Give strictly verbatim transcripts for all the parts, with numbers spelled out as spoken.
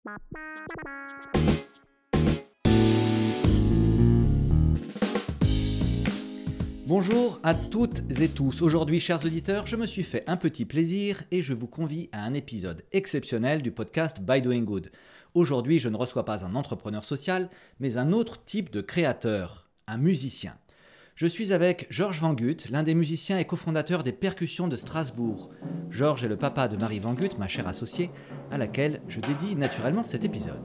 Bonjour à toutes et tous. Aujourd'hui, chers auditeurs, je me suis fait un petit plaisir et je vous convie à un épisode exceptionnel du podcast By Doing Good. Aujourd'hui, je ne reçois pas un entrepreneur social, mais un autre type de créateur, un musicien. Je suis avec Georges Van Gutt, l'un des musiciens et cofondateurs des Percussions de Strasbourg. Georges est le papa de Marie Van Gutt, ma chère associée, à laquelle je dédie naturellement cet épisode.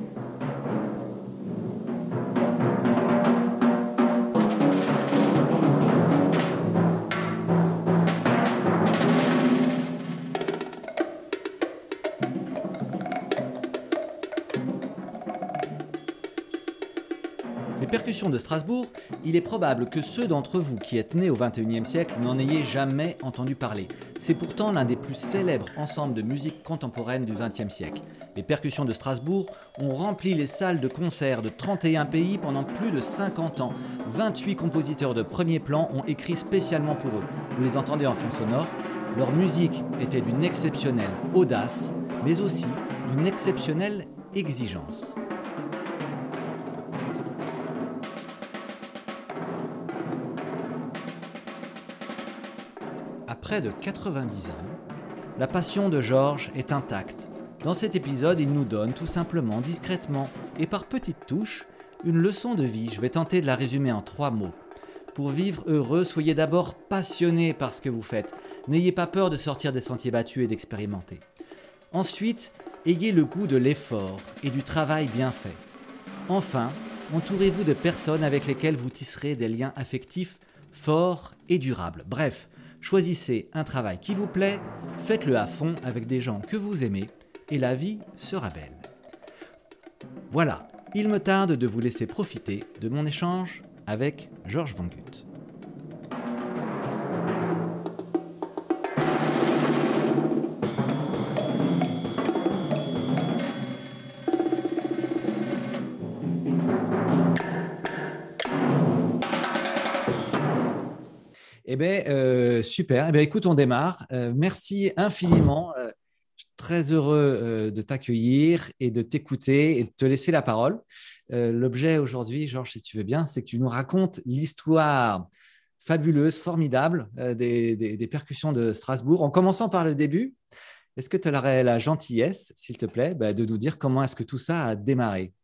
Les Percussions de Strasbourg, il est probable que ceux d'entre vous qui êtes nés au vingt et unième siècle n'en ayez jamais entendu parler. C'est pourtant l'un des plus célèbres ensembles de musique contemporaine du vingtième siècle. Les Percussions de Strasbourg ont rempli les salles de concert de trente et un pays pendant plus de cinquante ans. vingt-huit compositeurs de premier plan ont écrit spécialement pour eux. Vous les entendez en fond sonore. Leur musique était d'une exceptionnelle audace, mais aussi d'une exceptionnelle exigence. À près de quatre-vingt-dix ans, la passion de Georges est intacte. Dans cet épisode, il nous donne tout simplement, discrètement et par petites touches, une leçon de vie. Je vais tenter de la résumer en trois mots. Pour vivre heureux, soyez d'abord passionné par ce que vous faites. N'ayez pas peur de sortir des sentiers battus et d'expérimenter. Ensuite, ayez le goût de l'effort et du travail bien fait. Enfin, entourez-vous de personnes avec lesquelles vous tisserez des liens affectifs forts et durables. Bref, choisissez un travail qui vous plaît, faites-le à fond avec des gens que vous aimez et la vie sera belle. Voilà, il me tarde de vous laisser profiter de mon échange avec Georges Van Gutt. Eh bien, euh, super. Eh bien, écoute, on démarre. Euh, merci infiniment. Euh, je suis très heureux euh, de t'accueillir et de t'écouter et de te laisser la parole. Euh, l'objet aujourd'hui, Georges, si tu veux bien, c'est que tu nous racontes l'histoire fabuleuse, formidable euh, des, des, des Percussions de Strasbourg. En commençant par le début, est-ce que tu aurais la gentillesse, s'il te plaît, bah, de nous dire comment est-ce que tout ça a démarré?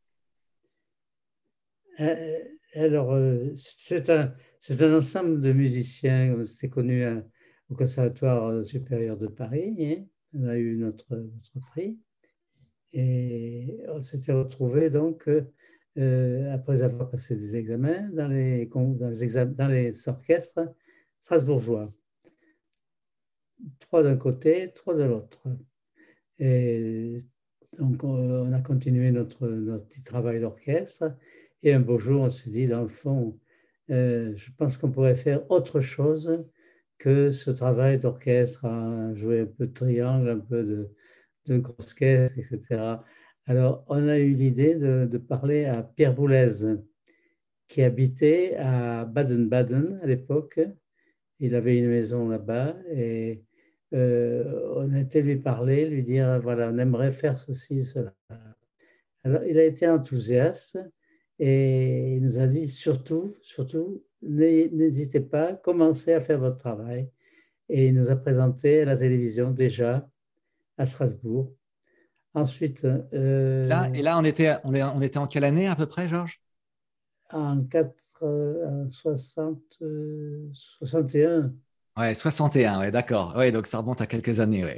Euh, alors, euh, c'est un, c'est un ensemble de musiciens. C'était connu à- au Conservatoire supérieur de Paris, hein. On a eu notre, notre prix. Et on s'était retrouvés donc, euh, après avoir passé des examens, dans les, con- dans les, exam- dans les orchestres strasbourgeois. Trois d'un côté, trois de l'autre. Et donc, on, on a continué notre, notre petit travail d'orchestre. Et un beau jour, on s'est dit, dans le fond, euh, je pense qu'on pourrait faire autre chose que ce travail d'orchestre, à jouer un peu de triangle, un peu de, de grosses caisses, et cetera. Alors, on a eu l'idée de, de parler à Pierre Boulez, qui habitait à Baden-Baden à l'époque. Il avait une maison là-bas et euh, on a été lui parler, lui dire, voilà, on aimerait faire ceci, cela. Alors, il a été enthousiaste et il nous a dit, surtout, surtout, n'hésitez pas, commencez à faire votre travail. Et il nous a présenté à la télévision déjà à Strasbourg. Ensuite, Là, euh, et là, on était, on, est- on était en quelle année à peu près, Georges? en, quatre, en soixante, euh, soixante et un. Ouais, soixante et un, ouais, d'accord. Ouais, donc ça remonte à quelques années, ouais.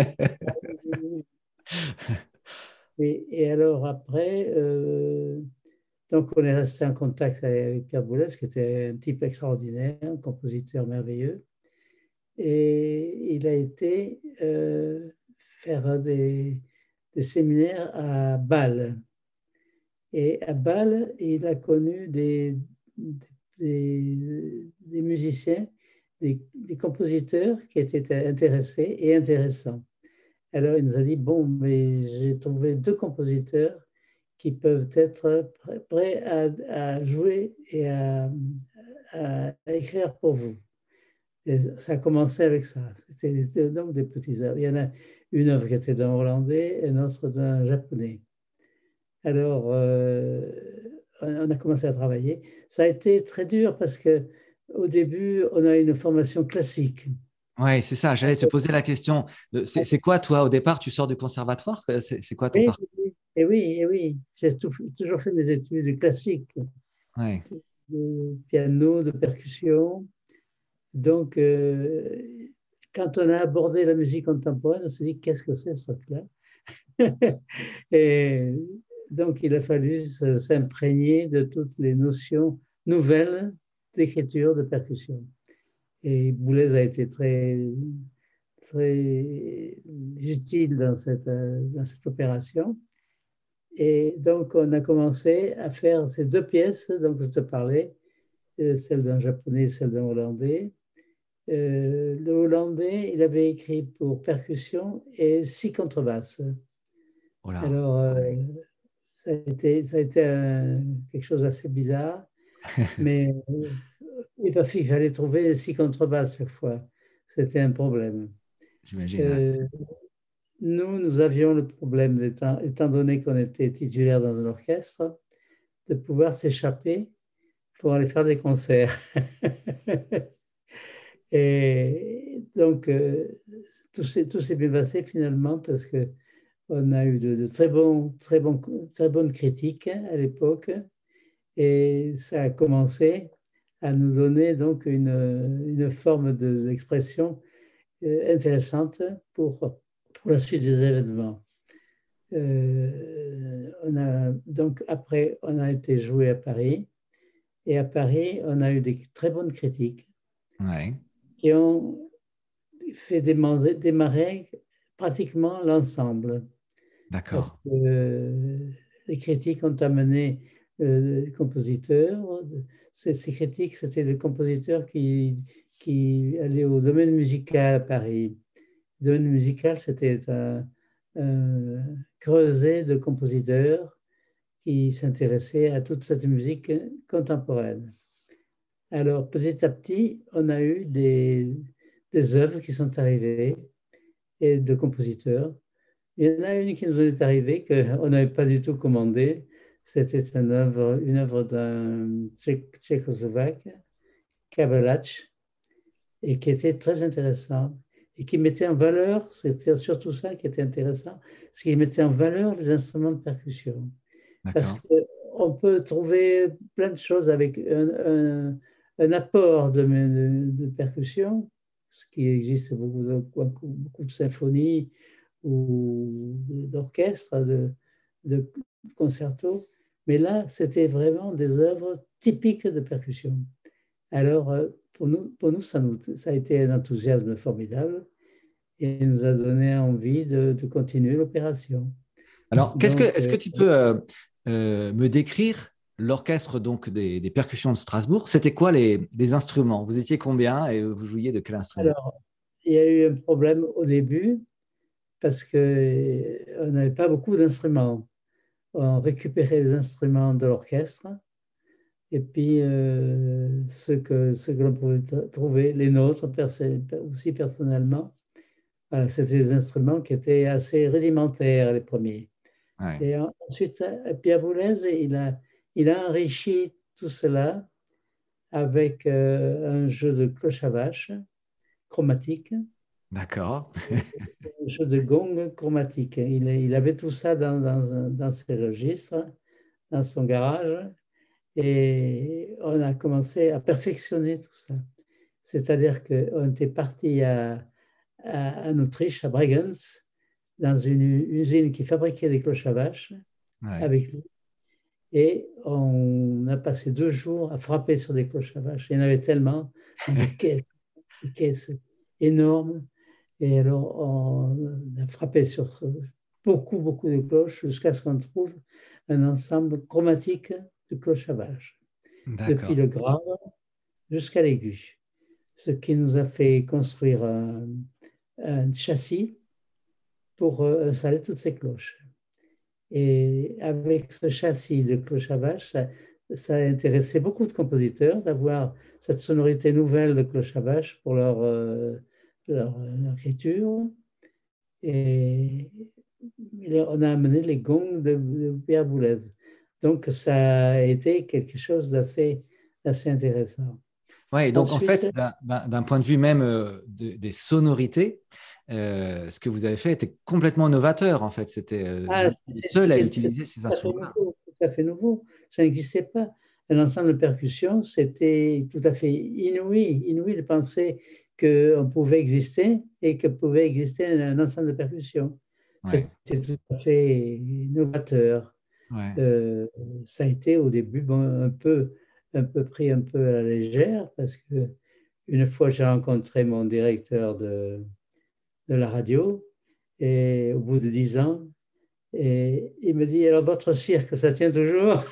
Et, et alors après, euh, donc on est resté en contact avec Pierre Boulez, qui était un type extraordinaire, un compositeur merveilleux. Et il a été euh, faire des, des séminaires à Bâle. Et à Bâle, il a connu des, des, des musiciens, des, des compositeurs qui étaient intéressés et intéressants. Alors il nous a dit, bon, mais j'ai trouvé deux compositeurs qui peuvent être prêts à, à jouer et à, à, à écrire pour vous. Et ça a commencé avec ça. C'était donc des petits œuvres. Il y en a une œuvre qui était d'un Hollandais et une autre d'un Japonais. Alors, euh, on a commencé à travailler. Ça a été très dur parce que au début, on a une formation classique. Ouais, c'est ça. J'allais te poser la question. de- C'est c'est quoi, toi, au départ, tu sors du conservatoire? Euh, C'est c'est quoi ton Oui, parcours? oui, et oui, et oui. J'ai tout- toujours fait mes études classiques Ouais, de piano, de percussion. Donc, euh, quand on a abordé la musique contemporaine, on s'est dit, qu'est-ce que c'est ce truc-là? Et donc, il a fallu se- s'imprégner de toutes les notions nouvelles d'écriture, de percussion. Et Boulez a été très, très utile dans cette, euh, dans cette opération. Et donc, on a commencé à faire ces deux pièces dont je te parlais, euh, celle d'un japonais et celle d'un hollandais. Euh, le hollandais, il avait écrit pour percussion et six contrebasses. oh là. Alors, euh, ça a été, ça a été un- quelque chose d'assez bizarre, mais euh, il a fallu- il fallait trouver six contrebasses chaque fois. C'était un problème. J'imagine. Ouais. Euh, nous, nous avions le problème, étant, étant donné qu'on était titulaire dans un orchestre, de pouvoir s'échapper pour aller faire des concerts. Et donc, euh, tout s'est, tout s'est bien passé finalement parce que on a eu de, de très bons, très bons, très bonnes critiques à l'époque et ça a commencé à nous donner donc une, une forme de- d'expression euh, intéressante pour, pour la suite des événements. Euh, on a, donc après, on a été joué à Paris et à Paris, on a eu des très bonnes critiques Ouais, qui ont fait démarrer, démarrer pratiquement l'ensemble. Parce d'accord. que euh, les critiques ont amené euh, les compositeurs. Ces, ces critiques, c'était des compositeurs qui, qui allaient au domaine musical à Paris. Le domaine musical, c'était un, un creuset de compositeurs qui s'intéressaient à toute cette musique contemporaine. Alors, petit à petit, on a eu des, des œuvres qui sont arrivées et de compositeurs. Il y en a une qui nous est arrivée qu'on n'avait pas du tout commandée. C'était une œuvre, une œuvre d'un Tchéc- Tchécoslovaque, Kabelach, et qui était très intéressant et qui mettait en valeur, c'était surtout ça qui était intéressant, c'est qu'il mettait en valeur les instruments de percussion. Parce D'accord. qu'on peut trouver plein de choses avec un, un- un apport de, de- de percussion, ce qui existe beaucoup de, beaucoup de symphonies ou d'orchestres, de, de concertos, mais là, c'était vraiment des œuvres typiques de percussion. Alors, euh, pour nous, pour nous, ça, nous, ça a été un enthousiasme formidable et nous a donné envie de, de continuer l'opération. Alors, qu'est-ce que, Donc, est-ce que euh, tu peux euh, euh, me décrire l'orchestre donc des, des percussions de Strasbourg? C'était quoi les, les instruments? Vous étiez combien et vous jouiez de quel instrument? alors, il y a eu un problème au début parce qu'on n'avait pas beaucoup d'instruments. On récupérait les instruments de l'orchestre et puis euh, ce que, ce que l'on pouvait trouver, les nôtres aussi personnellement, voilà, c'était des instruments qui étaient assez rudimentaires les premiers. Ouais, Et ensuite, Pierre Boulez, il a, il a enrichi tout cela avec euh, un jeu de cloche à vache chromatique, d'accord. un jeu de gong chromatique. Il, il avait tout ça dans, dans, dans ses registres, dans son garage, et on a commencé à perfectionner tout ça. C'est-à-dire qu'on était parti à, à, en Autriche, à Bregenz, dans une usine qui fabriquait des cloches à vache Ouais, avec lui. Et on a passé deux jours à frapper sur des cloches à vache. Il y en avait tellement, dans des caisses, des caisses énormes. Et alors, on a frappé sur beaucoup, beaucoup de cloches jusqu'à ce qu'on trouve un ensemble chromatique de cloches à vache, depuis d'accord. le grave jusqu'à l'aigu. Ce qui nous a fait construire un, un châssis pour euh, installer toutes ces cloches. Et avec ce châssis de cloche à vache, ça, ça a intéressé beaucoup de compositeurs d'avoir cette sonorité nouvelle de cloche à vache pour leur, euh, leur, leur écriture. et on a amené les gongs de, de Pierre Boulez. Donc, ça a été quelque chose d'assez assez intéressant. Ouais, et donc en Ensuite, fait, d'un point de vue même euh, de, des sonorités, euh, ce que vous avez fait était complètement novateur en fait. C'était, euh, vous ah, étiez les c'est seuls à quelque chose utiliser ces tout à fait instruments-là. nouveau, tout à fait nouveau. Ça n'existait pas. Un ensemble de percussions, c'était tout à fait inouï, inouï de penser qu'on pouvait exister et que pouvait exister un ensemble de percussions. Ouais, C'était tout à fait novateur. ouais. Euh, ça a été au début bon, un peu, un peu pris un peu à la légère parce que une fois j'ai rencontré mon directeur de, de la radio et au bout de dix ans, et il me dit, alors votre cirque, ça tient toujours?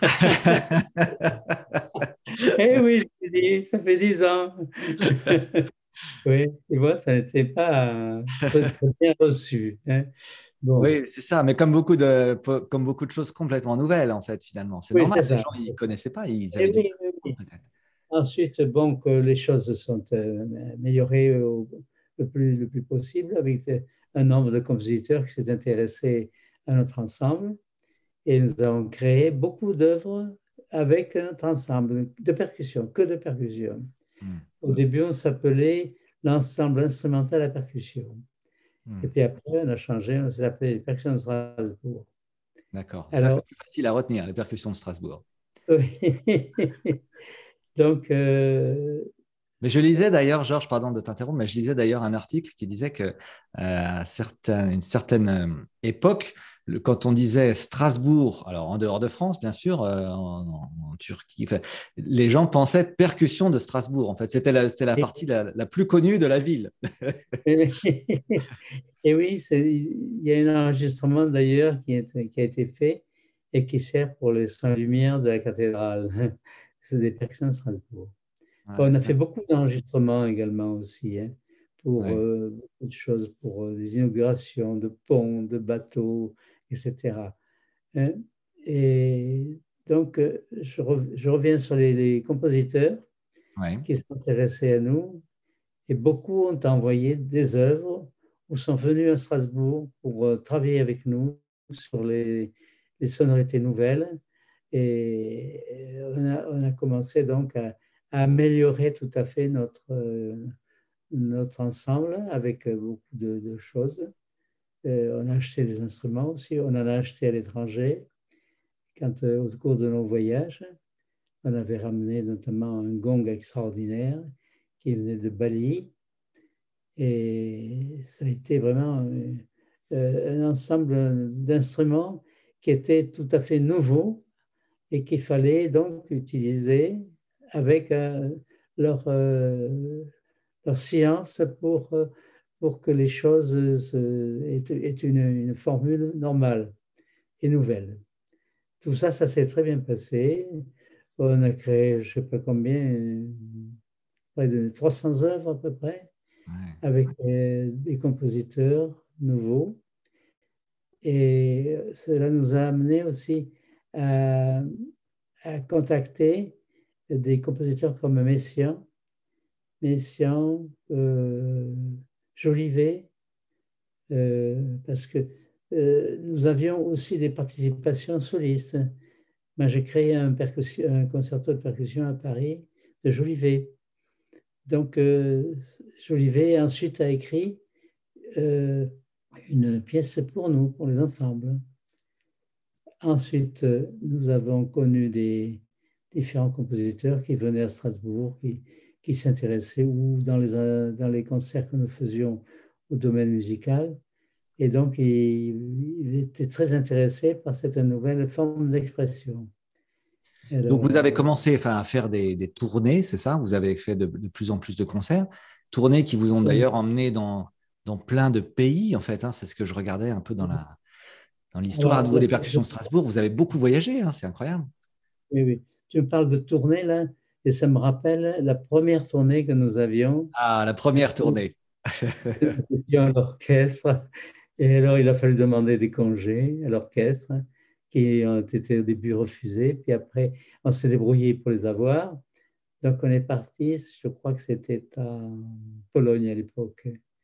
Eh oui, je lui ai dit, ça fait dix ans. Oui, tu vois, ça n'était pas très, très bien reçu, hein. Bon, Oui, c'est ça, mais comme beaucoup de, comme beaucoup de choses complètement nouvelles, en fait, finalement. C'est oui, normal, c'est les ça. gens, ils connaissaient pas, ils Eh avaient du mal oui, à oui, comprendre, oui. peut-être. Ensuite, bon, que les choses se sont euh, améliorées au- le plus, le plus possible avec euh, un nombre de compositeurs qui s'est intéressé à notre ensemble. Et nous avons créé beaucoup d'œuvres avec notre ensemble de percussion, que de percussion. Hmm, Au début, on s'appelait l'ensemble instrumental à percussion. Et hmm. puis après, on a changé, on s'est appelé les percussions de Strasbourg. D'accord. Ça, c'est Alors, plus facile à retenir, les percussions de Strasbourg. oui. Donc, euh, Mais je lisais d'ailleurs, Georges, pardon de t'interrompre, mais je lisais d'ailleurs un article qui disait que euh, à certains- une certaine euh, époque, le- quand on disait Strasbourg, alors en dehors de France, bien sûr, euh, en, en- en Turquie, enfin, les gens pensaient percussion de Strasbourg. En fait, c'était la, c'était la et, partie la, la plus connue de la ville. et oui, c'est- il y a un enregistrement d'ailleurs qui, est- qui a été fait et qui sert pour les sons lumière de la cathédrale. C'est des percussions de Strasbourg. Ouais, On a fait ouais, beaucoup d'enregistrements également aussi, hein, pour ouais. euh, beaucoup de choses, pour euh, des inaugurations de ponts, de bateaux, et cetera, hein. Et donc, euh, je, rev- je reviens sur les, les compositeurs Ouais. qui sont intéressés à nous, et beaucoup ont envoyé des œuvres ou sont venus à Strasbourg pour euh, travailler avec nous sur les, les sonorités nouvelles. Et on a, on a commencé donc à, à améliorer tout à fait notre, euh, notre ensemble avec euh, beaucoup de, de choses. Euh, on a acheté des instruments aussi, on en a acheté à l'étranger. Quand, euh, au cours de nos voyages, on avait ramené notamment un gong extraordinaire qui venait de Bali. Et ça a été vraiment euh, euh, un ensemble d'instruments qui étaient tout à fait nouveaux et qu'il fallait donc utiliser avec euh, leur, euh, leur science pour, euh, pour que les choses se- aient, aient une, une formule normale et nouvelle. Tout ça, ça s'est très bien passé. On a créé, je ne sais pas combien, euh, près de trois cents œuvres à peu près, Ouais. avec euh, des compositeurs nouveaux. Et cela nous a amené aussi à, à contacter des compositeurs comme Messiaen, Messiaen, euh, Jolivet, euh, parce que euh, nous avions aussi des participations solistes. Moi, j'ai créé un, percussion- un concerto de percussion à Paris de Jolivet. Donc, euh, Jolivet ensuite a écrit euh, une pièce pour nous, pour les ensembles. Ensuite, euh, nous avons connu des différents compositeurs qui venaient à Strasbourg, qui, qui s'intéressaient ou dans les, euh, dans les concerts que nous faisions au domaine musical. Et donc, ils, ils étaient très intéressés par cette nouvelle forme d'expression. Donc, vous avez Alors, commencé enfin, à faire des, des tournées, c'est ça? Vous avez fait de, de plus en plus de concerts. Tournées qui vous ont oui, d'ailleurs emmené dans, dans plein de pays, en fait, hein. C'est ce que je regardais un peu dans la, dans l'histoire à alors, nouveau des percussions de Strasbourg. Vous avez beaucoup voyagé, hein, c'est incroyable. oui, oui. Tu me parles de tournée là, et ça me rappelle la première tournée que nous avions. Ah, la première tournée. Nous étions à l'orchestre. Et alors, il a fallu demander des congés à l'orchestre, hein, qui ont été au début refusés. Puis après, on s'est débrouillé pour les avoir. Donc, on est parti, je crois que c'était à Pologne à l'époque.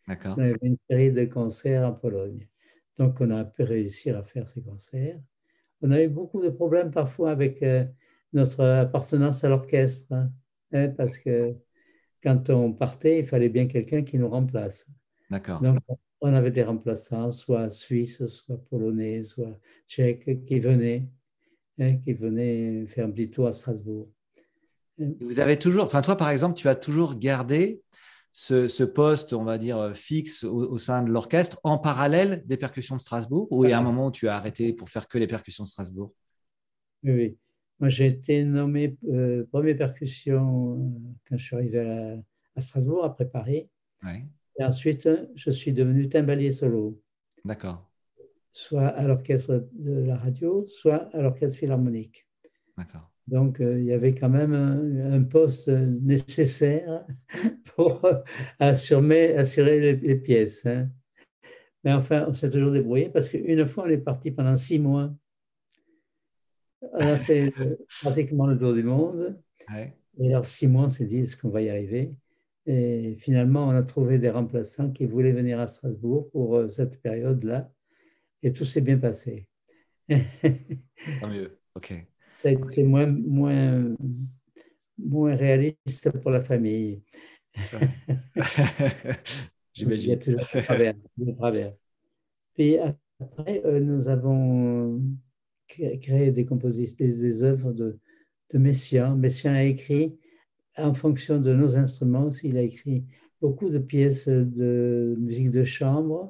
D'accord. On avait une série de concerts en Pologne. Donc, on a pu réussir à faire ces concerts. On a eu beaucoup de problèmes parfois avec euh, notre appartenance à l'orchestre, hein, hein, parce que quand on partait, il fallait bien quelqu'un qui nous remplace. D'accord. Donc, on avait des remplaçants, soit suisses, soit polonais, soit tchèques, qui venaient, hein, qui venaient faire un petit tour à Strasbourg. Hein. Et vous avez toujours, enfin toi par exemple, tu as toujours gardé ce, ce poste, on va dire, euh, fixe au, au sein de l'orchestre en parallèle des percussions de Strasbourg, ou il y a un Voilà. moment où tu as arrêté pour faire que les percussions de Strasbourg? Oui, oui. Moi, j'ai été nommé euh, premier percussion euh, quand je suis arrivé à, la- à Strasbourg, après Paris. Oui, Et ensuite, je suis devenu timbalier solo, d'accord, soit à l'orchestre de la radio, soit à l'orchestre philharmonique. d'accord. Donc, euh, il y avait quand même un, un poste nécessaire pour euh, assurer, assurer les, les pièces, hein. Mais enfin, on s'est toujours débrouillé parce qu'une fois, on est parti pendant six mois. On a fait euh, pratiquement le tour du monde. Ouais. Et alors, six mois, on s'est dit, est-ce qu'on va y arriver? Et finalement, on a trouvé des remplaçants qui voulaient venir à Strasbourg pour euh, cette période-là. Et tout s'est bien passé. Tant mieux, ok. Ça a été moins, moins, moins réaliste pour la famille. Ouais. Il y a J'imagine. toujours des travers. Des travers. Puis après, euh, nous avons cré- créé des compositions, des, des œuvres de, de Messiaen. Messiaen a écrit, en fonction de nos instruments, il a écrit beaucoup de pièces de musique de chambre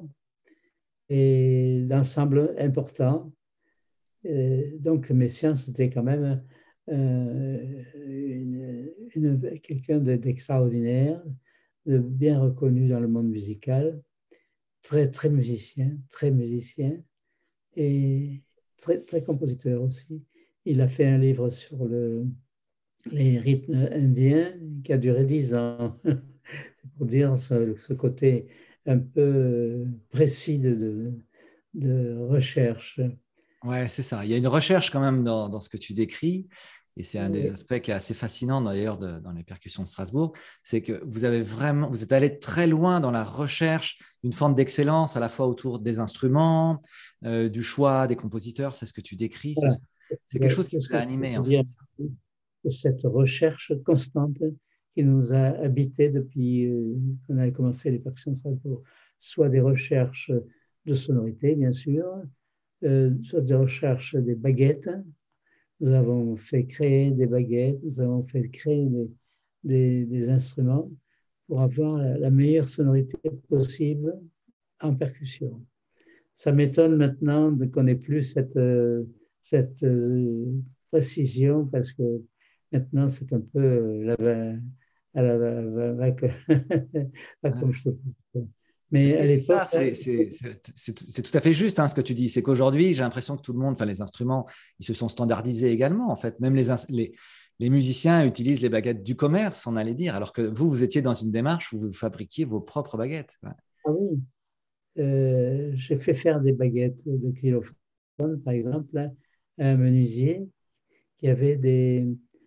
et d'ensemble important. Euh, donc Messiaen, c'était quand même euh, une- une- quelqu'un de- d'extraordinaire, de bien reconnu dans le monde musical, très, très musicien, très musicien et très, très compositeur aussi. Il a fait un livre sur le, les rythmes indiens qui a duré dix ans. C'est pour dire ce, ce côté un peu précis de, de, de recherche. Ouais, c'est ça. Il y a une recherche quand même dans, dans ce que tu décris, et c'est un des Oui, aspects qui est assez fascinant d'ailleurs de- dans les percussions de Strasbourg, c'est que vous avez vraiment, vous êtes allé très loin dans la recherche d'une forme d'excellence à la fois autour des instruments, euh, du choix des compositeurs, c'est ce que tu décris, c'est voilà. ça. C'est quelque chose qui C'est ce vous a que je animé veux en fait. dire. C'est cette recherche constante qui nous a habités depuis euh, qu'on a commencé les percussions de Strasbourg. Soit des recherches de sonorité, bien sûr, euh, soit des recherches des baguettes. Nous avons fait créer des baguettes, nous avons fait créer des, des, des instruments pour avoir la, la meilleure sonorité possible en percussion. Ça m'étonne maintenant qu'on n'ait plus cette, euh, cette euh, précision parce que maintenant c'est un peu euh, la, va- à la, va- va- va- pas comme je te dis. Mais Mais à oui, c'est l'époque, ça, c'est c'est- c'est- c'est tout c'est tout à fait juste hein, ce que tu dis. C'est qu'aujourd'hui, j'ai l'impression que tout le monde, enfin les instruments, ils se sont standardisés également en fait. Même les, ins- les, les musiciens utilisent les baguettes du commerce, on allait dire, alors que vous, vous étiez dans une démarche où vous fabriquiez vos propres baguettes. Ouais. ah oui, euh, j'ai fait faire des baguettes de xylophone, par exemple, à un menuisier qui avait des,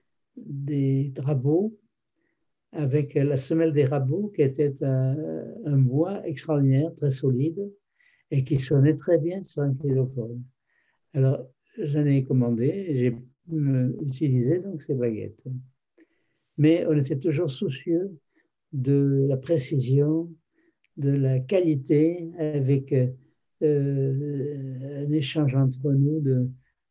des rabots avec la semelle des rabots qui était un, un bois extraordinaire, très solide et qui sonnait très bien sur un xylophone. Alors, j'en ai commandé et j'ai utilisé donc ces baguettes. Mais on était toujours soucieux de la précision, de la qualité, avec euh, un échange entre nous de,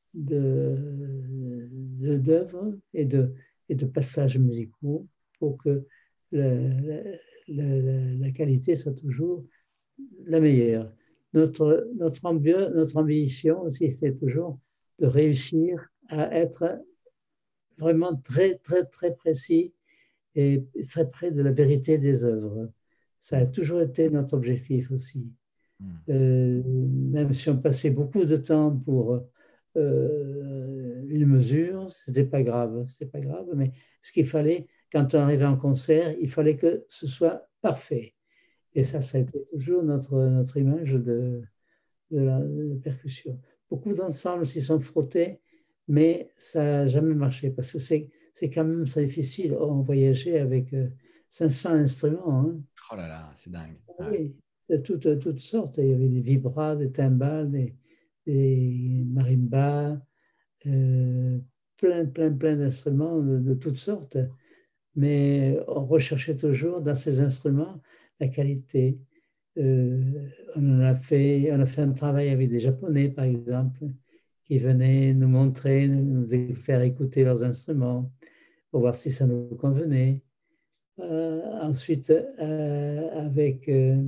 de, de- d'œuvres et de, et de passages musicaux pour que la, la, la- la qualité soit toujours la meilleure. Notre, notre, ambi- notre ambition aussi, c'est toujours de réussir à être vraiment très, très, très précis et très près de la vérité des œuvres. Ça a Mm. toujours été notre objectif aussi. Mm. Euh, même si on passait beaucoup de temps pour euh, une mesure, c'était pas grave, c'était pas grave, mais ce qu'il fallait, quand on arrivait en concert, il fallait que ce soit parfait. Et ça, ça a été toujours notre, notre image de, de la, de la percussion. Beaucoup d'ensembles s'y sont frottés, mais ça n'a jamais marché parce que c'est, c'est quand même très difficile. On voyageait avec euh, cinq cents instruments. Hein. Oh là là, c'est dingue. Ah Ouais. oui, de toutes, toutes sortes. Il y avait des vibras, des timbales, des, des marimbas, euh, plein, plein, plein d'instruments de, de toutes sortes. Mais on recherchait toujours dans ces instruments la qualité. Euh, on en a fait, on a fait un travail avec des Japonais, par exemple, qui venaient nous montrer, nous faire écouter leurs instruments pour voir si ça nous convenait. Euh, ensuite, euh, avec, euh,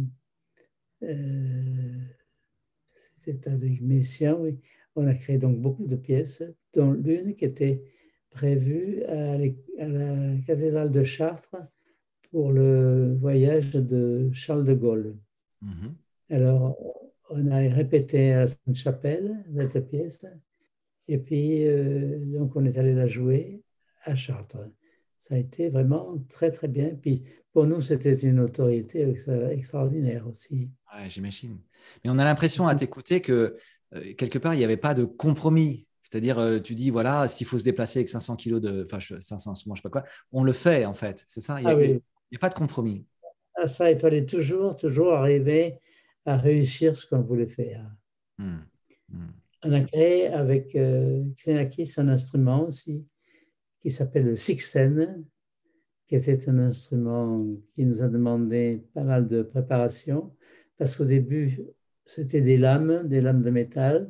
euh, c'était avec Messiaen, oui, on a créé donc beaucoup de pièces, dont l'une qui était prévue à, à la cathédrale de Chartres pour le voyage de Charles de Gaulle. Mhm. Alors, on a répété à Sainte-Chapelle cette pièce, et puis euh, donc on est allé la jouer à Chartres. Ça a été vraiment très très bien. Puis pour nous, c'était une autorité extraordinaire aussi. Ouais, j'imagine. Mais on a l'impression à t'écouter que euh, quelque part, il n'y avait pas de compromis. C'est-à-dire, euh, tu dis, voilà, s'il faut se déplacer avec cinq cents kilos de, enfin, je- cinq cents, je sais pas quoi, on le fait en fait. C'est ça, il n'y a, Ah il oui, y a pas de compromis. à ça, il fallait toujours, toujours arriver à réussir ce qu'on voulait faire. Hmm. Hmm. On a créé avec euh, Xenakis un instrument aussi qui s'appelle le Sixen, qui était un instrument qui nous a demandé pas mal de préparation, parce qu'au début, c'était des lames, des lames de métal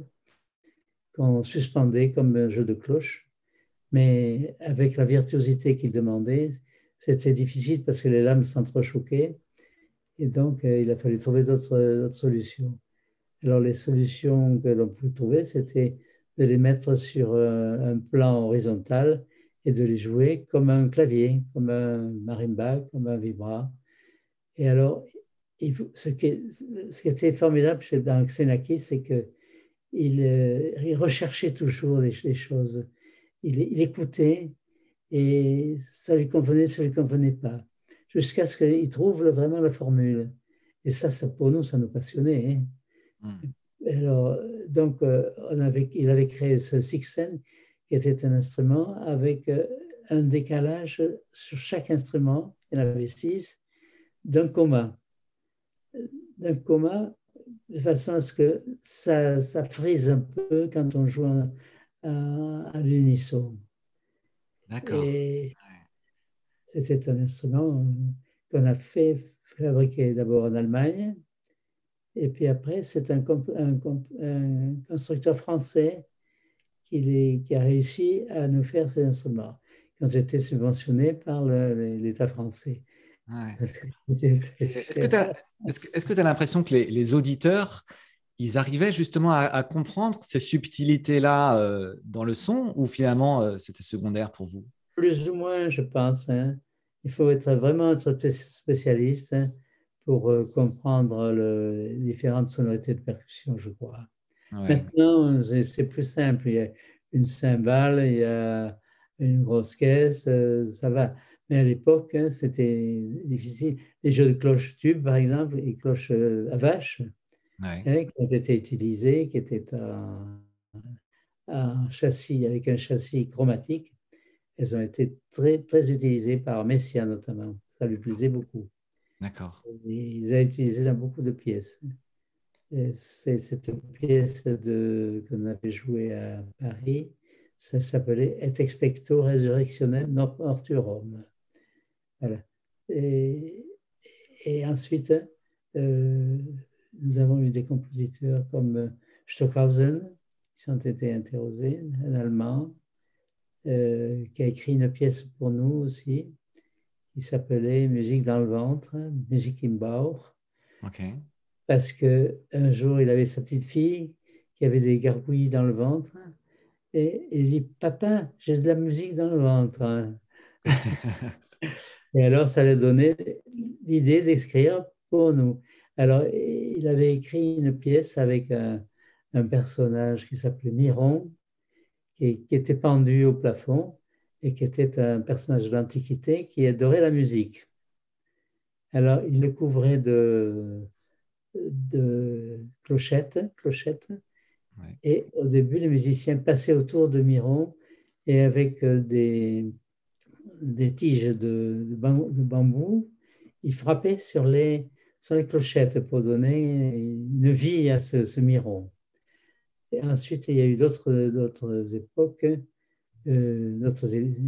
qu'on suspendait comme un jeu de cloche, mais avec la virtuosité qu'il demandait, c'était difficile parce que les lames s'entrechoquaient, et donc euh, il a fallu trouver d'autres d'autres solutions. Alors les solutions que l'on pouvait trouver, c'était de les mettre sur un, un plan horizontal et de les jouer comme un clavier, comme un marimba, comme un vibra. Et alors, il faut- ce qui, est- ce qui était formidable chez dans Xenakis, c'est que il, euh, il recherchait toujours les, les choses. Il, il écoutait et ça lui convenait, ça lui convenait pas, jusqu'à ce qu'il trouve le- vraiment la formule. Et ça, ça, pour nous, ça nous passionnait. Hein. Hmm. Alors, donc, euh, on avait, il avait créé ce Sixen, qui était un instrument avec euh, un décalage sur chaque instrument, il y en avait six, d'un comma. D'un comma, de façon à ce que ça, ça frise un peu quand on joue à, à, à l'unisson. D'accord. Et c'était un instrument euh, qu'on a fait fabriquer d'abord en Allemagne, et puis après, c'est un, un, un constructeur français qui, les, qui a réussi à nous faire ces instruments, qui ont été subventionnés par le- l'État français. Ouais. C'était Et Est-ce que tu cher. as, est-ce que, est-ce que tu as l'impression que les, les auditeurs, ils arrivaient justement à, à comprendre ces subtilités-là euh, dans le son ou finalement euh, c'était secondaire pour vous? Plus ou moins, je pense. Hein. Il faut être vraiment être spé- spécialiste hein, pour euh, comprendre le- les différentes sonorités de percussion, je crois. Ouais. Maintenant, c'est c'est plus simple. Il y a une cymbale, il y a une grosse caisse, euh, ça va. Mais à l'époque, hein, c'était difficile. Les jeux de cloche-tube, par exemple, et cloches euh, à vache, Ouais. hein, qui ont été utilisés, qui étaient un, un châssis, avec un châssis chromatique, elles ont été très, très utilisées par Messiaen notamment. Ça lui plaisait beaucoup. D'accord. Et il les a utilisées dans beaucoup de pièces. Et c'est cette pièce de, qu'on avait jouée à Paris. Ça s'appelait Et expecto resurrectionem mortuorum. Voilà. Et, et ensuite, euh, nous avons eu des compositeurs comme Stockhausen, qui ont été interrogés, un Allemand, euh, qui a écrit une pièce pour nous aussi, qui s'appelait Musique dans le ventre, Musique im Bauch, Ok. parce qu'un jour, il avait sa petite fille qui avait des gargouilles dans le ventre, et il dit, Papa, j'ai de la musique dans le ventre. Hein. Et alors, ça lui a donné l'idée d'écrire pour nous. Alors, il avait écrit une pièce avec un, un personnage qui s'appelait Miron, qui, qui était pendu au plafond et qui était un personnage de l'Antiquité qui adorait la musique. Alors, il le couvrait de, de clochettes, clochettes, Ouais. et au début, les musiciens passaient autour de Miron et avec euh, des, des tiges de, de bambou, de bambou, il frappait sur les, sur les clochettes pour donner une vie à ce, ce miron. Et ensuite, il y a eu d'autres, d'autres époques, euh, d'autres,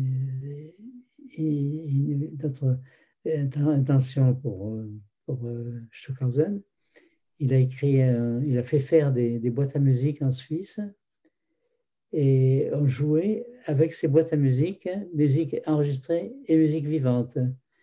d'autres intentions pour, pour Stockhausen. Il a écrit, un, il a fait faire des, des boîtes à musique en Suisse et on jouait avec ces boîtes à musique, musique enregistrée et musique vivante.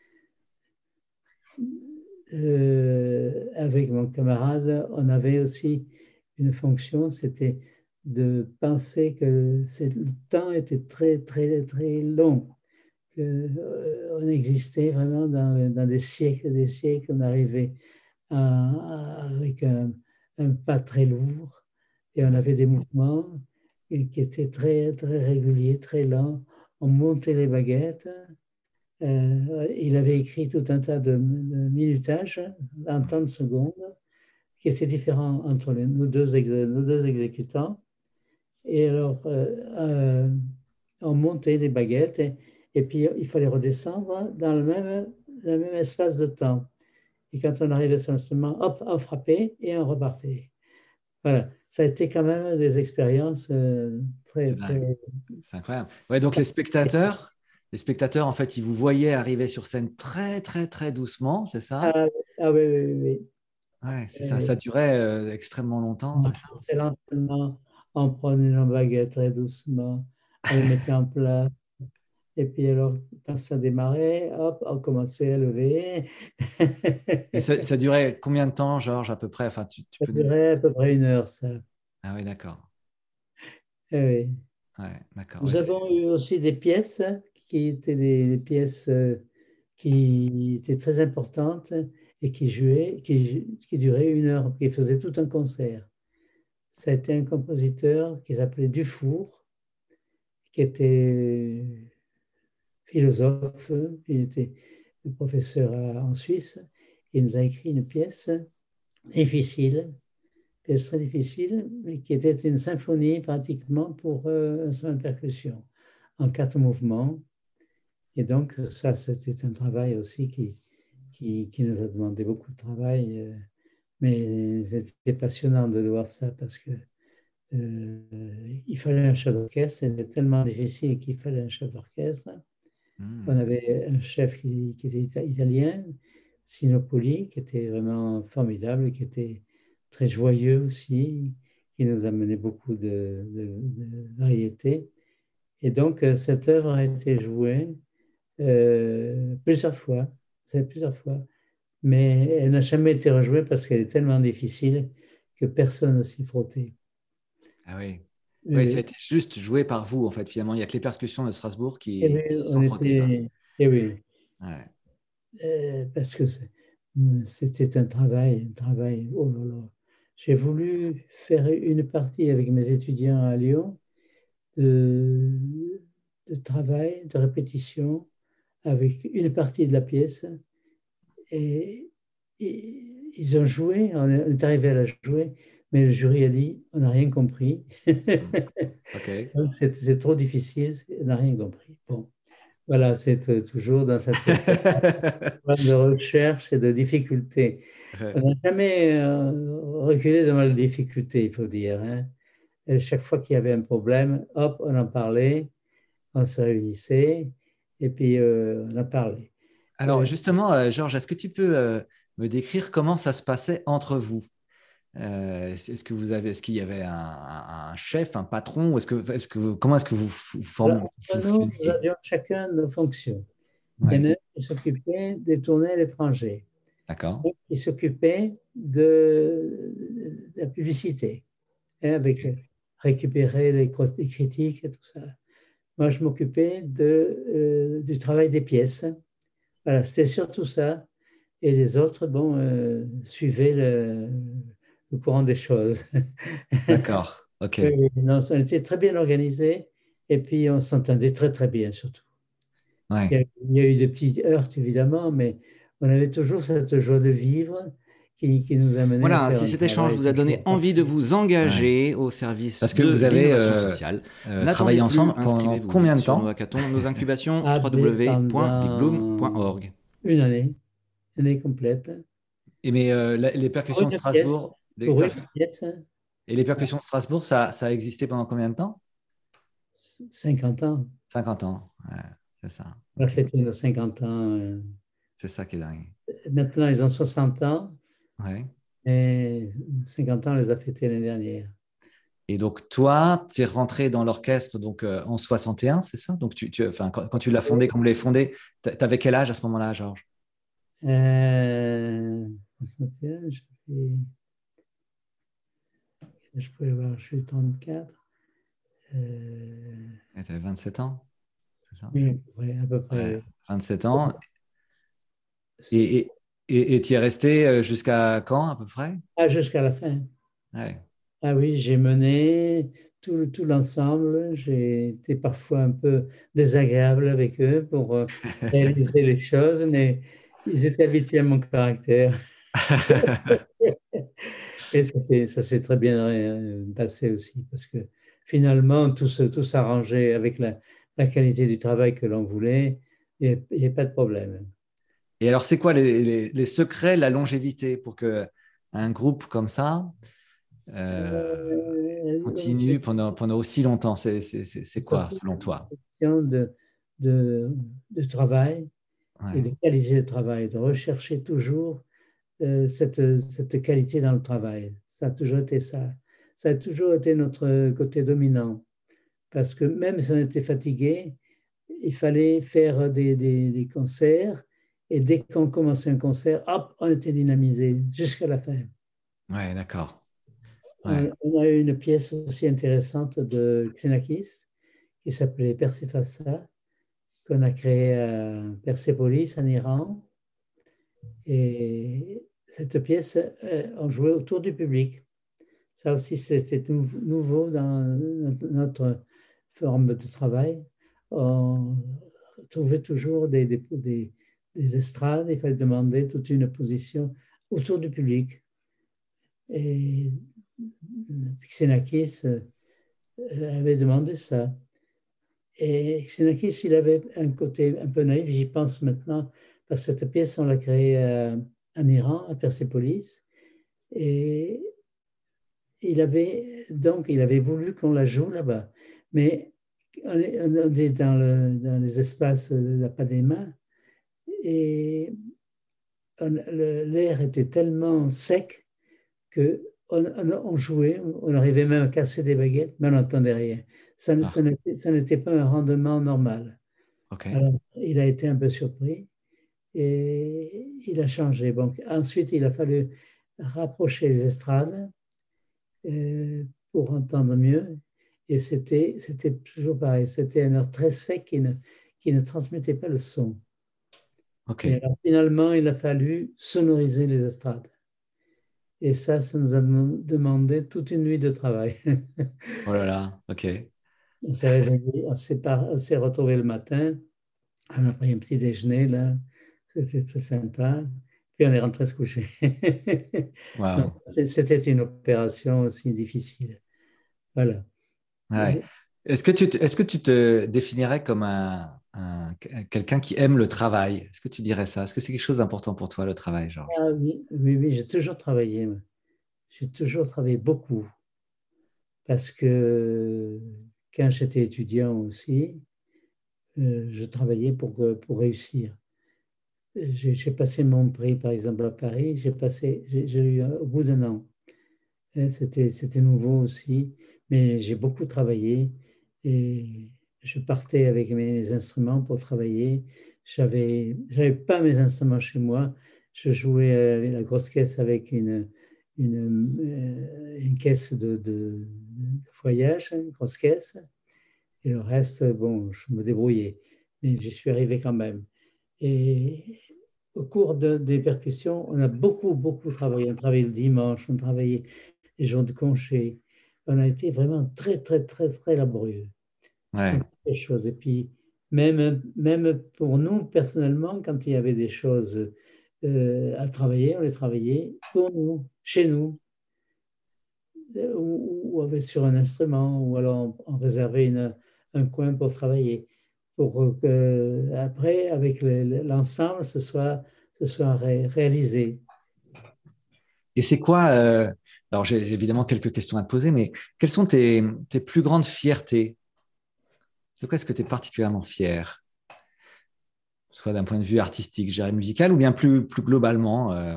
Euh, avec mon camarade, on avait aussi une fonction, c'était de penser que le temps était très, très, très long, qu'on euh, existait vraiment dans, dans des siècles et des siècles, on arrivait à, à, avec un, un pas très lourd et on avait des mouvements qui étaient très, très réguliers, très lents. On montait les baguettes. Euh, il avait écrit tout un tas de, de minutages en temps de secondes qui étaient différents entre les, nos, deux ex, nos deux exécutants. Et alors, euh, euh, on montait les baguettes et, et puis il fallait redescendre dans le même, le même espace de temps. Et quand on arrivait sur l'instrument, hop, on frappait et on repartait. Voilà, ça a été quand même des expériences euh, très, C'est dingue. très... C'est incroyable. Ouais, donc les spectateurs, les spectateurs, en fait, ils vous voyaient arriver sur scène très, très, très doucement, c'est ça? Ah, ah oui, oui, oui. Ouais, c'est ça. Oui. Ça durait euh, extrêmement longtemps, c'est ça? Très lentement, on prenait nos baguettes très doucement, on les mettait en place. Et puis alors, quand ça démarrait, hop, on commençait à lever. Et ça, ça durait combien de temps, Georges, à peu près? Enfin, tu, tu Ça peux nous... durait à peu près une heure, ça. Ah oui, d'accord. Eh oui. Ouais, d'accord. Ouais, Nous c'est... avons eu aussi des pièces qui étaient des, des pièces euh, qui étaient très importantes et qui jouaient, qui, qui duraient une heure, qui faisaient tout un concert. Ça a été un compositeur qui s'appelait Dufour, qui était philosophe, il était professeur en Suisse. Il nous a écrit une pièce difficile, pièce très difficile, mais qui était une symphonie pratiquement pour euh, un seul percussion, en quatre mouvements. Et donc, ça, c'était un travail aussi qui, qui, qui nous a demandé beaucoup de travail. Euh, mais c'était passionnant de voir ça parce que euh, il fallait un chef d'orchestre, c'était tellement difficile qu'il fallait un chef d'orchestre. On Hmm. avait un chef qui, qui était italien, Sinopoli, qui était vraiment formidable, qui était très joyeux aussi, qui nous amenait beaucoup de, de, de variété. Et donc, euh, cette œuvre a été jouée euh, plusieurs fois, c'est plusieurs fois, mais elle n'a jamais été rejouée parce qu'elle est tellement difficile que personne ne s'y frottait. Ah oui. Oui, ça a Oui, été juste joué par vous, en fait, finalement. Il n'y a que les percussions de Strasbourg et qui, oui, qui s'y on sont frottées, quoi. était, et oui, Ouais. euh, parce que c'est- c'était un travail, un travail, oh là là. J'ai voulu faire une partie avec mes étudiants à Lyon de, de travail, de répétition, avec une partie de la pièce. Et, et ils ont joué, on est on est arrivé à la jouer, mais le jury a dit, on n'a rien compris. Hmm. OK. Donc c'est c'est trop difficile, on n'a rien compris. Bon, voilà, c'est euh, toujours dans cette de recherche et de difficulté. On n'a jamais euh, reculé devant les difficultés, il faut dire, hein. Et chaque fois qu'il y avait un problème, hop, on en parlait, on se réunissait et puis euh, on en parlait. Alors, Euh, justement, euh, Georges, est-ce que tu peux euh, me décrire comment ça se passait entre vous? Euh, est-ce que vous avez, est-ce qu'il y avait un, un- un chef, un patron, ou est-ce que, est-ce que, comment est-ce que vous, vous, alors, form- vous entre nous, nous fonctionniez? avions chacun nos fonctions. Il y Ouais, en a un qui s'occupait des tournées à l'étranger, d'accord. un qui s'occupait de, de la publicité, hein, avec euh, récupérer les, cro- les critiques et tout ça. Moi, je m'occupais de, euh, du travail des pièces. Voilà, c'était surtout ça. Et les autres, bon, euh, suivaient le, le courant des choses. D'accord, ok. Oui, oui, non, on était très bien organisés et puis on s'entendait très, très bien surtout. Il y Ouais. a, il y a eu des petites heurts, évidemment, mais on avait toujours cette joie de vivre qui, qui nous amenait à Voilà, faire si un cet échange travail vous a donné toujours envie de parfait. vous engager ouais. au service Parce que de vous avez l'innovation euh, sociale, euh, n'attendez travaillé plus, ensemble pendant inscrivez-vous combien vite de sur nos temps? hackathons, nos incubations, Ah, mais w w w point big bloom point pendant org. une année, une année complète, Et mais euh, la- les pour percussions de une pièce, Strasbourg, les pour une per- pièce, et les percussions de Strasbourg, ça, ça a existé pendant combien de temps? cinquante ans. cinquante ans. Ouais, c'est ça. On a Ok. fêté nos cinquante ans. euh. C'est ça qui est dingue. Maintenant, ils ont soixante ans, Ouais. et cinquante ans, on les a fêtés l'année dernière. Et donc, toi, tu es rentré dans l'orchestre donc, euh, en soixante et un, c'est ça? Donc, tu, tu, enfin, quand, quand tu l'as fondé, quand vous l'avez fondé, tu avais quel âge à ce moment-là, Georges? Euh, soixante et un, j'avais- je pouvais voir, je suis trente-quatre. Euh, Tu avais vingt-sept ans, c'est ça? oui, ouais, à peu près, Ouais, oui. vingt-sept ans. Et et et et tu y es resté euh, jusqu'à quand, à peu près? Ah, jusqu'à la fin. Ouais. Ah oui, j'ai mené tout, tout l'ensemble. J'ai été parfois un peu désagréable avec eux pour euh, réaliser les choses, mais ils étaient habitués à mon caractère. Et ça s'est, ça s'est très bien euh, passé aussi, parce que finalement, tout, se, tout s'arrangeait avec la, la qualité du travail que l'on voulait, et il n'y a pas de problème. Et alors, c'est quoi les, les, les secrets de la longévité pour que un groupe comme ça euh, Euh, continue pendant, pendant aussi longtemps? C'est c'est- c'est- c'est c'est quoi, surtout selon une toi? question de, de, de travail et Ouais, de qualité de travail, de rechercher toujours euh, cette, cette qualité dans le travail. Ça a toujours été ça. Ça a toujours été notre côté dominant. Parce que même si on était fatigué, il fallait faire des, des, des concerts. Et dès qu'on commençait un concert, hop, on était dynamisé jusqu'à la fin. ouais, d'accord. Ouais, On, on a eu une pièce aussi intéressante de Xenakis qui s'appelait Persephassa, qu'on a créée à Persépolis en Iran. Et cette pièce, euh, on jouait autour du public. Ça aussi, c'était nouveau dans notre forme de travail. On trouvait toujours des, des, des, des estrades, il fallait demander toute une position autour du public. Et Xenakis avait demandé ça. Et Xenakis, il avait un côté un peu naïf, j'y pense maintenant, parce que cette pièce, on l'a créée à, en Iran, à Persépolis. Et il avait, donc, il avait voulu qu'on la joue là-bas. Mais on est, on est dans, le, dans, les espaces de la Padema et l'air était tellement sec qu'on on, on jouait, on arrivait même à casser des baguettes, mais on n'entendait rien. Ça, ah, ça n'était pas un rendement normal. ok. Alors, il a été un peu surpris et il a changé. Donc, ensuite, il a fallu rapprocher les estrades euh, pour entendre mieux. Et c'était, c'était toujours pareil. C'était un air très sec qui ne, qui ne transmettait pas le son. Ok. Et alors, finalement, il a fallu sonoriser les estrades. Et ça, ça nous a demandé toute une nuit de travail. Oh là là, ok. On s'est réveillé, on s'est, par, on s'est retrouvé le matin, on a pris un petit déjeuner, là. C'était très sympa. Puis on est rentré se coucher. Donc, Waouh. c'était une opération aussi difficile. Voilà. Ouais. Est-ce que tu te, est-ce que tu te définirais comme un, un- quelqu'un qui aime le travail? Est-ce que tu dirais ça? Est-ce que c'est quelque chose d'important pour toi, le travail, Georges? Ah oui, oui, oui, j'ai toujours travaillé. moi. J'ai toujours travaillé beaucoup. Parce que quand j'étais étudiant aussi, euh, je travaillais pour, pour réussir. J'ai j'ai passé mon prix, par exemple, à Paris, j'ai passé, j'ai j'ai eu au bout d'un an. Hein, C'était, c'était nouveau aussi, mais j'ai beaucoup travaillé et je partais avec mes instruments pour travailler. J'avais, j'avais pas mes instruments chez moi. Je jouais avec la grosse caisse avec une, une, euh, une caisse de, de, de voyage, une grosse caisse. Et le reste, bon, je me débrouillais, mais j'y suis arrivé quand même. Et au cours de, des percussions, on a beaucoup, beaucoup travaillé. On travaillait le dimanche, on travaillait les jours de congé. On a été vraiment très, très, très, très laborieux dans Ouais, toutes les choses. Et puis, même, même pour nous, personnellement, quand il y avait des choses euh, à travailler, on les travaillait pour nous, chez nous, euh, ou, ou avec, sur un instrument, ou alors on, on réservait une, un coin pour travailler, pour que après, avec le- l'ensemble, ce soit, ce soit ré- réalisé. Et c'est quoi, euh, alors j'ai j'ai évidemment quelques questions à te poser, mais quelles sont tes, tes plus grandes fiertés? De quoi est-ce que tu es particulièrement fier? Soit d'un point de vue artistique, je dirais musical, ou bien plus, plus globalement euh,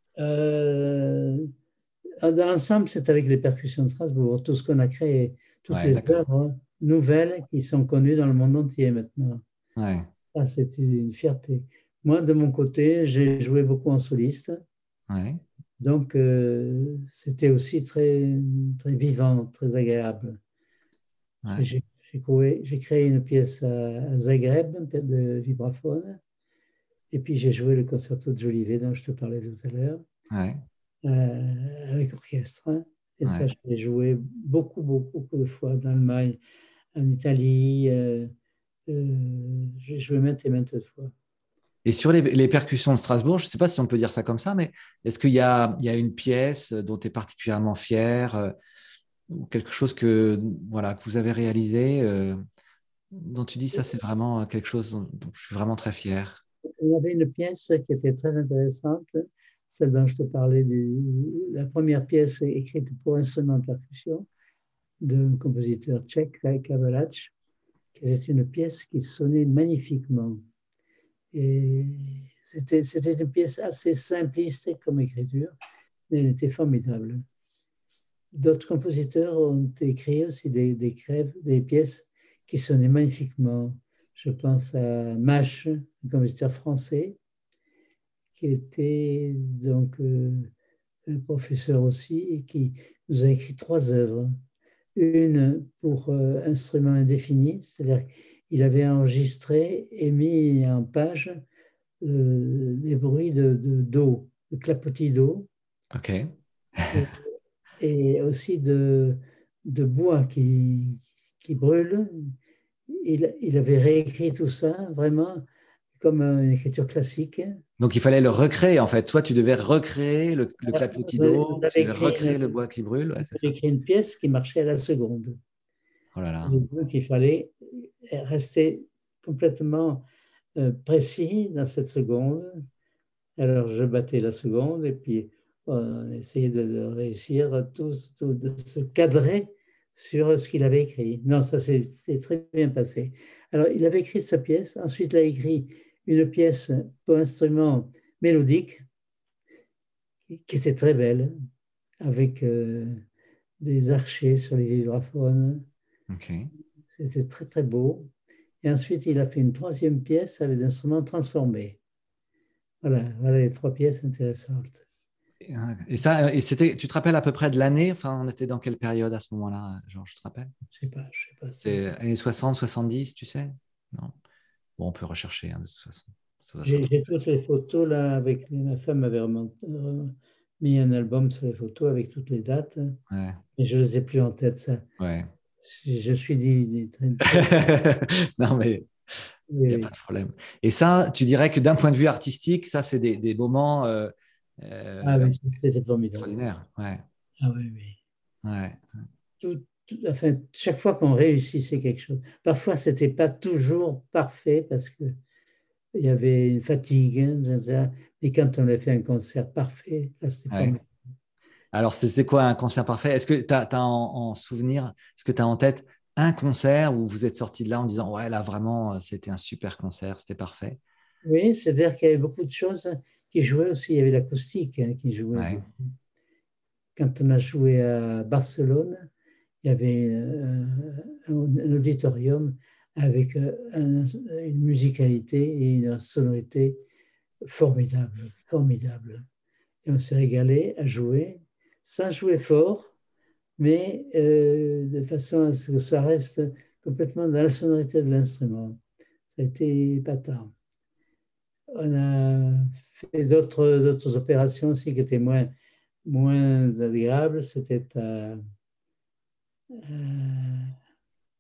Euh, Dans l'ensemble, c'est avec les percussions de Strasbourg, tout ce qu'on a créé, toutes Ouais, les d'accord. œuvres nouvelles qui sont connues dans le monde entier maintenant. Ouais, Ça, c'est une fierté. Moi, de mon côté, j'ai joué beaucoup en soliste, ouais, donc euh, c'était aussi très, très vivant, très agréable. J'ai ouais, j'ai- j'ai créé, j'ai créé une pièce à, à Zagreb de vibraphone, et puis j'ai joué le concerto de Jolivet dont je te parlais tout à l'heure, ouais, euh, avec orchestre, hein. Et ça, ouais. je l'ai joué beaucoup, beaucoup, beaucoup de fois en Allemagne, en Italie. Euh, euh, j'ai joué maintes et maintes fois. Et sur les, les percussions de Strasbourg, je ne sais pas si on peut dire ça comme ça, mais est-ce qu'il y a, il y a une pièce dont tu es particulièrement fier, euh, ou quelque chose que, voilà, que vous avez réalisé, euh, dont tu dis ça, c'est vraiment quelque chose dont, dont je suis vraiment très fier? On avait une pièce qui était très intéressante, celle dont je te parlais, du, la première pièce écrite pour instrument de percussion d'un compositeur tchèque, Kavalač, qui était une pièce qui sonnait magnifiquement. Et c'était, c'était une pièce assez simpliste comme écriture, mais elle était formidable. D'autres compositeurs ont écrit aussi des, des, crèves, des pièces qui sonnaient magnifiquement. Je pense à Mach, un compositeur français, qui était donc euh, un professeur aussi et qui nous a écrit trois œuvres. Une pour euh, instrument indéfini, c'est-à-dire qu'il avait enregistré et mis en page euh, des bruits de, de, d'eau, de clapotis d'eau, Ok. et, et aussi de, de bois qui, qui brûle. Il, il avait réécrit tout ça vraiment comme une écriture classique. Donc, il fallait le recréer, en fait. Toi, tu devais recréer le, le clapotis d'eau, tu J'avais devais écrit, recréer le bois qui brûle, ouais, c'est ça? écrit une pièce qui marchait à la seconde. Oh là là. Et donc, il fallait rester complètement euh, précis dans cette seconde. Alors, je battais la seconde et puis on essayait de, de réussir tout, tout, de se cadrer sur ce qu'il avait écrit. Non, ça s'est très bien passé. Alors, il avait écrit sa pièce. Ensuite, il a écrit une pièce pour instrument mélodique qui était très belle, avec euh, des archets sur les vibraphones. Ok. C'était très, très beau. Et ensuite, il a fait une troisième pièce avec des instruments transformés. Voilà, voilà les trois pièces intéressantes. Et, euh, et ça, et c'était, tu te rappelles à peu près de l'année? Enfin, on était dans quelle période à ce moment-là, Georges, tu te rappelles? Je sais pas, je sais pas. Ça, C'est années soixante, soixante-dix, tu sais? Non. Bon, on peut rechercher, hein, de toute façon. Ça doit se j'ai, retrouver j'ai toutes les photos là avec ma femme m'avait remonté- euh, mis un album sur les photos avec toutes les dates, facilement. mais je les ai plus en tête ça. Ouais, ouais. Je suis dit très, très, Non, mais il oui, n'y a pas oui. de problème. Et ça, tu dirais que d'un point de vue artistique, ça, c'est des, des moments euh, Ah euh, oui, c'était formidable. extraordinaires. Ouais, Ah oui, oui. ouais, Tout, tout- enfin, chaque fois qu'on réussissait quelque chose, parfois c'était pas toujours parfait parce que il y avait une fatigue, hein, et cetera. Mais quand on a fait un concert parfait, là c'était ouais. formidable. Alors, c'était quoi un concert parfait? Est-ce que tu as, en, en souvenir, est-ce que tu as en tête un concert où vous êtes sorti de là en disant, ouais, là, vraiment, c'était un super concert, c'était parfait? Oui, c'est-à-dire qu'il y avait beaucoup de choses qui jouaient aussi. Il y avait l'acoustique, hein, qui jouait Ouais, beaucoup. Quand on a joué à Barcelone, il y avait euh, un, un auditorium avec euh, un- une musicalité et une sonorité formidable, formidable. Et on s'est régalé à jouer, sans jouer fort, mais euh, de façon à ce que ça reste complètement dans la sonorité de l'instrument. Ça a été épatant. On a fait d'autres d'autres opérations aussi qui étaient moins, moins agréables. C'était à,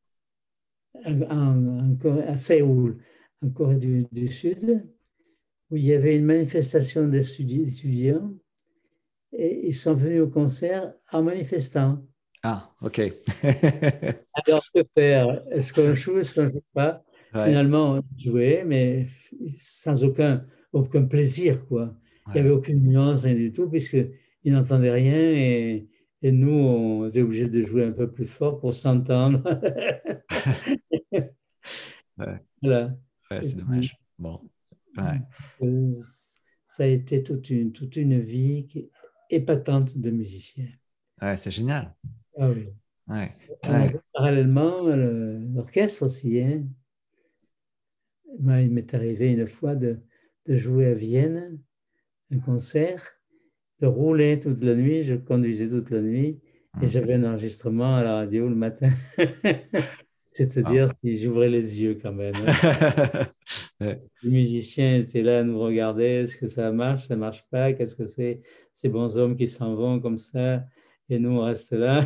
à, en- en Corée- à Séoul, en Corée du, du Sud. où il y avait une manifestation d'étudiants et ils sont venus au concert en manifestant. Ah, ok. Alors, que faire? Est-ce qu'on joue, est-ce qu'on ne joue pas? Ouais, Finalement, on jouait, mais sans aucun, aucun plaisir, quoi. Il n'y avait ouais. aucune nuance, rien du tout, puisqu'ils n'entendaient rien et, et nous, on était obligés de jouer un peu plus fort pour s'entendre. Ouais, Voilà. ouais, Et c'est puis, dommage. Bon, ouais, euh, ça a été toute une, toute une vie qui- épatante de musicien. ouais, c'est génial. Ah oui. Ouais, On ouais. avait parallèlement le- l'orchestre aussi, hein. Moi, il m'est arrivé une fois de, de jouer à Vienne, un concert, de rouler toute la nuit. Je conduisais toute la nuit et Hmm. j'avais un enregistrement à la radio le matin. C'est-à-dire Wow. si j'ouvrais les yeux quand même, hein. Ouais. Les musiciens étaient là à nous regarder. Est-ce que ça marche, ça marche pas? Qu'est-ce que c'est ces bons hommes qui s'en vont comme ça et nous on reste là.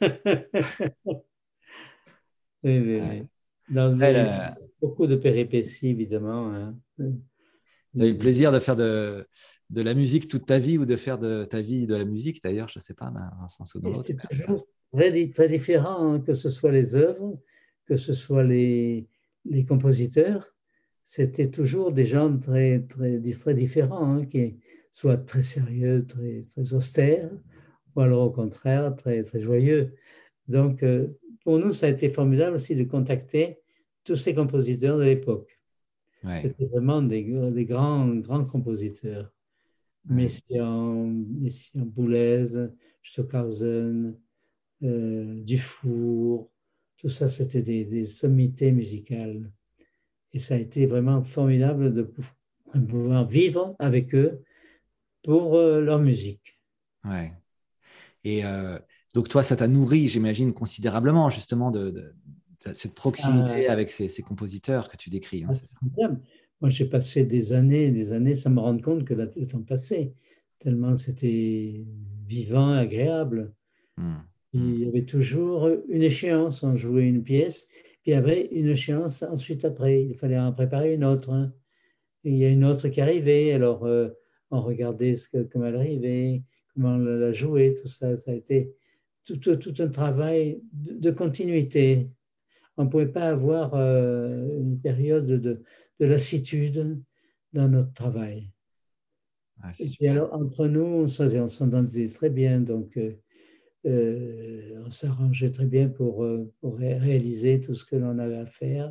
Oui, oui, Ouais. oui. Dans Ouais, des- là, beaucoup de péripéties évidemment, hein. t'as eu le Mais plaisir de faire de, de la musique toute ta vie ou de faire de ta vie de la musique d'ailleurs, je ne sais pas, d'un d'un sens ou dans et l'autre. c'est Mais en tout cas. toujours très, di- très différent, hein, que ce soit les œuvres, que ce soit les, les compositeurs. C'était toujours des gens très, très, di- très différents, hein, qui soient très sérieux, très, très austères, ou alors au contraire très, très joyeux. Donc, euh, pour nous, ça a été formidable aussi de contacter tous ces compositeurs de l'époque. Ouais, C'était vraiment des, des grands, grands compositeurs. ouais, Messiaen, Messiaen Boulez, Stockhausen, euh, Dufour, tout ça, c'était des, des sommités musicales. Et ça a été vraiment formidable de pouvoir vivre avec eux pour euh, leur musique. ouais. Et euh, donc, toi, ça t'a nourri, j'imagine, considérablement, justement, de, de- de cette Ah, proximité avec ces, ces compositeurs que tu décris, hein, ah, c'est c'est ça? formidable. Moi, j'ai passé des années et des années sans me rendre compte que le temps passait, tellement c'était vivant, agréable. Hmm, hmm. Il y avait toujours une échéance. On jouait une pièce, puis il y avait une échéance ensuite après. Il fallait en préparer une autre, hein. Et il y a une autre qui arrivait, alors euh, on regardait ce que, comment elle arrivait, comment on la jouait, tout ça. Ça a été tout, tout- tout un travail de, de continuité. On ne pouvait pas avoir euh, une période de, de lassitude dans notre travail. Ouais, c'est Et puis super. alors, entre nous, on s'en- on s'entendait très bien, donc euh, euh, on s'arrangeait très bien pour, euh, pour ré- réaliser tout ce que l'on avait à faire.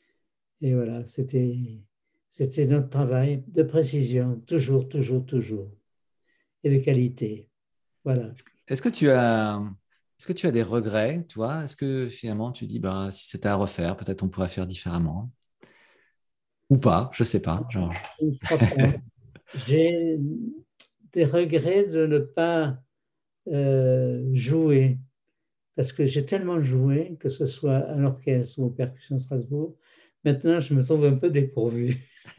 Et voilà, c'était, c'était notre travail de précision, toujours, toujours, toujours, et de qualité. Voilà. Est-ce que tu as, est-ce que tu as des regrets, tu vois? Est-ce que finalement tu dis, bah, si c'était à refaire, peut-être on pourrait faire différemment? Ou pas, je sais pas. Genre. Je ne crois pas. J'ai des regrets de ne pas euh, jouer, parce que j'ai tellement joué, que ce soit à l'orchestre ou aux percussions Strasbourg. Maintenant, je me trouve un peu dépourvu.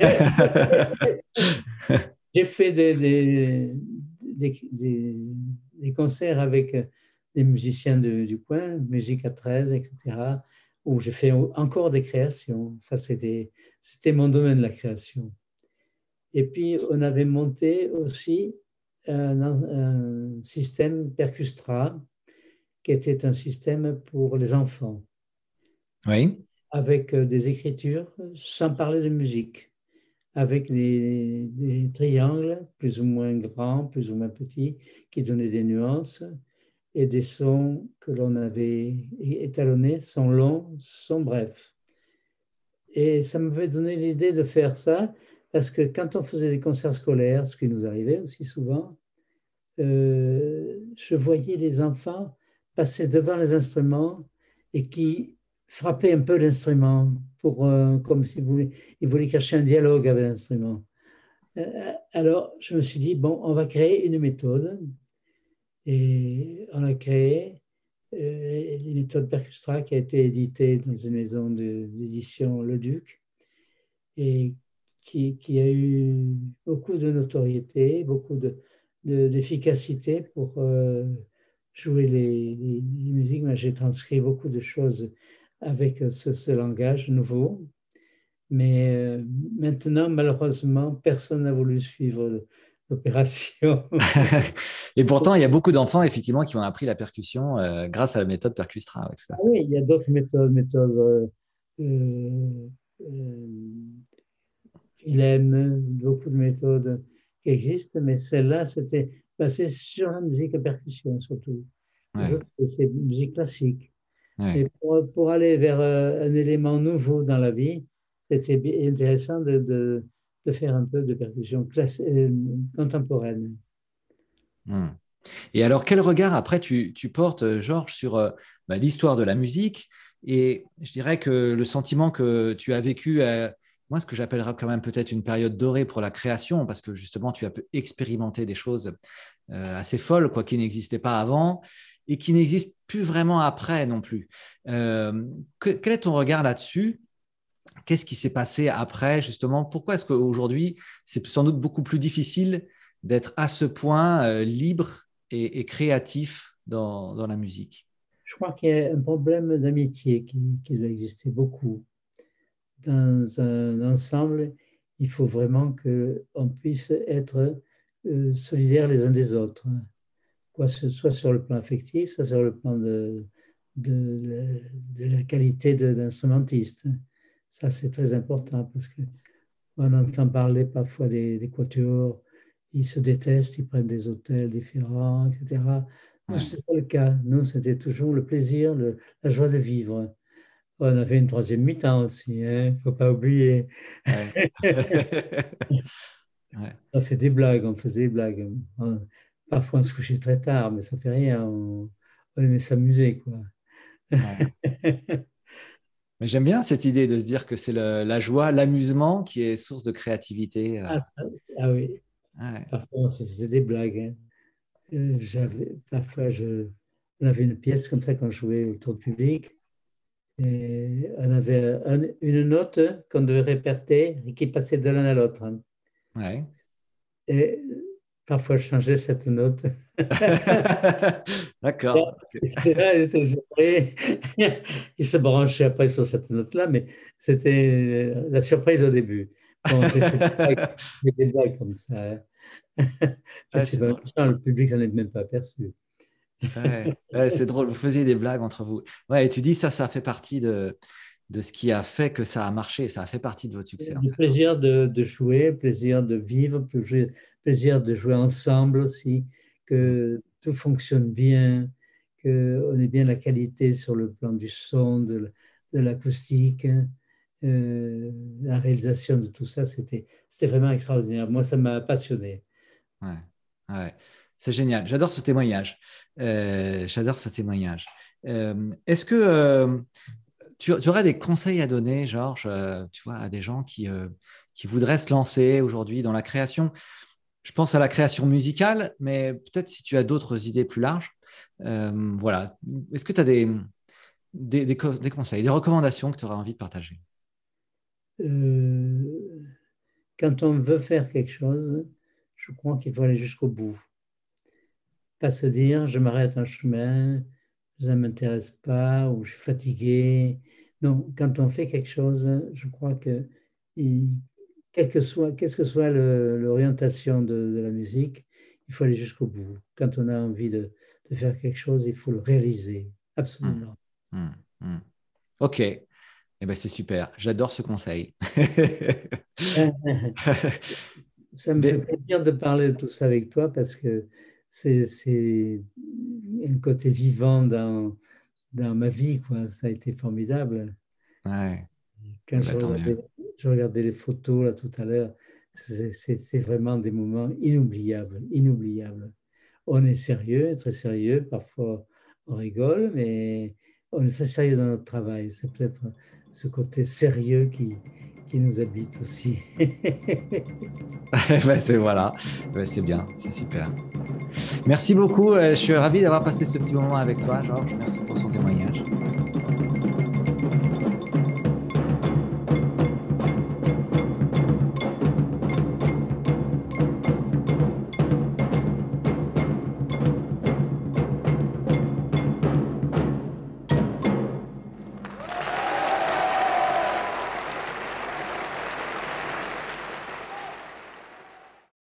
J'ai fait des, des, des, des- des concerts avec des musiciens de- du coin, Musique à treize, et cetera, où j'ai fait encore des créations. Ça, c'était, c'était mon domaine, la création. Et puis, on avait monté aussi un, un système Percustra, qui était un système pour les enfants, Oui, avec des écritures, sans parler de musique, avec des, des triangles plus ou moins grands, plus ou moins petits, qui donnaient des nuances, et des sons que l'on avait étalonnés, sont longs, sont brefs. Et ça m'avait donné l'idée de faire ça, parce que quand on faisait des concerts scolaires, ce qui nous arrivait aussi souvent, euh, je voyais les enfants passer devant les instruments et qui frappaient un peu l'instrument, pour, euh, comme s'ils voulaient, ils voulaient cacher un dialogue avec l'instrument. Euh, alors, je me suis dit, bon, on va créer une méthode. Et on a créé euh, les méthodes Percustra, qui a été éditée dans une maison de- d'édition Le Duc, et qui, qui a eu beaucoup de notoriété, beaucoup de, de- d'efficacité pour euh, jouer les, les- les musiques. Moi, j'ai transcrit beaucoup de choses avec ce, ce langage nouveau. Mais euh, maintenant, malheureusement, personne n'a voulu suivre l'opération. Et pourtant, il y a beaucoup d'enfants, effectivement, qui ont appris la percussion euh, grâce à la méthode Percustra. Ouais, tout à Ah fait. oui, il y a d'autres méthodes, méthodes euh, euh, euh, il aime beaucoup de méthodes qui existent, mais celle-là, c'était basé sur la musique à percussion surtout. Les Ouais, autres, c'est musique classique. ouais. Et pour, pour aller vers euh, un élément nouveau dans la vie, c'était bi- intéressant de, de, de faire un peu de percussion classe, euh, contemporaine. Hmm. Et alors, quel regard après tu, tu portes, euh, Georges, sur euh, bah, l'histoire de la musique? Et je dirais que le sentiment que tu as vécu, euh, moi, ce que j'appellerais quand même peut-être une période dorée pour la création, parce que justement, tu as pu expérimenter des choses euh, assez folles, quoi, qui n'existaient pas avant et qui n'existent plus vraiment après non plus. Euh, que- quel est ton regard là-dessus? Qu'est-ce qui s'est passé après, justement? Pourquoi est-ce qu'aujourd'hui, c'est sans doute beaucoup plus difficile d'être à ce point euh, libre et, et créatif dans, dans la musique? Je crois qu'il y a un problème d'amitié qui, qui doit exister beaucoup. Dans un ensemble, il faut vraiment qu'on puisse être euh, solidaires les uns des autres, quoi, ce- soit sur le plan affectif, soit sur le plan de, de, de- de la qualité de- d'instrumentiste. Ça, c'est très important parce qu'on entend parler parfois des, des quatuors, ils se détestent, ils prennent des hôtels différents, et cetera. Nous, Ouais. ce n'était pas le cas. Nous, c'était toujours le plaisir, le- la joie de vivre. On avait une troisième mi-temps aussi, il ne faut pas oublier. Ouais. Ouais. On fait des blagues, on faisait des blagues. On- parfois, on se couchait très tard, mais ça fait rien. On, on aimait s'amuser, quoi. Ouais. Mais j'aime bien cette idée de se dire que c'est le- la joie, l'amusement qui est source de créativité. euh. Ah, ça, ah oui, Ouais. parfois, on se faisait des blagues, hein. Euh, J'avais, parfois, je, on avait une pièce comme ça quand je jouais autour du public. Et on avait un- une note qu'on devait répéter et qui passait de l'un à l'autre, hein. Ouais. Et parfois, je changeais cette note. D'accord. Ok. Et c'est là, il était surpris. Il se branchait après sur cette note-là, mais c'était la surprise au début. Bon, j'ai fait des blagues, des blagues comme ça, hein. Mais Ouais, c'est c'est pas drôle. méchant, le public n'en est même pas aperçu. Ouais. Ouais, c'est drôle. Vous faisiez des blagues entre vous. Ouais, et tu dis ça, ça fait partie de, de ce qui a fait que ça a marché. Ça a fait partie de votre succès, en Le fait. plaisir de, de jouer, plaisir de vivre, plaisir plaisir de jouer ensemble aussi, Mm. que tout fonctionne bien, qu'on ait bien la qualité sur le plan du son, de, l- de l'acoustique, hein. Euh, la réalisation de tout ça, c'était, c'était vraiment extraordinaire. Moi, ça m'a passionné. Ouais. Ouais. C'est génial. J'adore ce témoignage. Euh, j'adore ce témoignage. Euh, est-ce que euh, tu, tu aurais des conseils à donner, Georges, euh, tu vois, à des gens qui, euh, qui voudraient se lancer aujourd'hui dans la création? Je pense à la création musicale, mais peut-être si tu as d'autres idées plus larges. Euh, voilà. Est-ce que tu as des, des, des co- des conseils, des recommandations que tu aurais envie de partager? Euh, Quand on veut faire quelque chose, je crois qu'il faut aller jusqu'au bout. Pas se dire, je m'arrête en chemin, ça ne m'intéresse pas ou je suis fatigué. Non, quand on fait quelque chose, je crois que, il- quelle que soit, qu'est-ce que soit le- l'orientation de, de la musique, il faut aller jusqu'au bout. Quand on a envie de, de faire quelque chose, il faut le réaliser, Hmm, absolument. hmm, hmm. Ok, eh ben, c'est super. J'adore ce conseil. Ça me fait Mais, plaisir de parler de tout ça avec toi parce que c'est c'est un côté vivant dans, dans ma vie, quoi. Ça a été formidable. ouais, Quand eh je ben, tant mieux. regardais, je regardais les photos là tout à l'heure, c'est c'est- c'est vraiment des moments inoubliables, inoubliables. On est sérieux, très sérieux, parfois on rigole, mais on est très sérieux dans notre travail. C'est peut-être ce côté sérieux qui, qui nous habite aussi. Eh ben, c'est voilà, Eh ben, c'est bien, c'est super. Merci beaucoup. euh, Je suis ravi d'avoir passé ce petit moment avec toi, Georges. Merci pour son témoignage.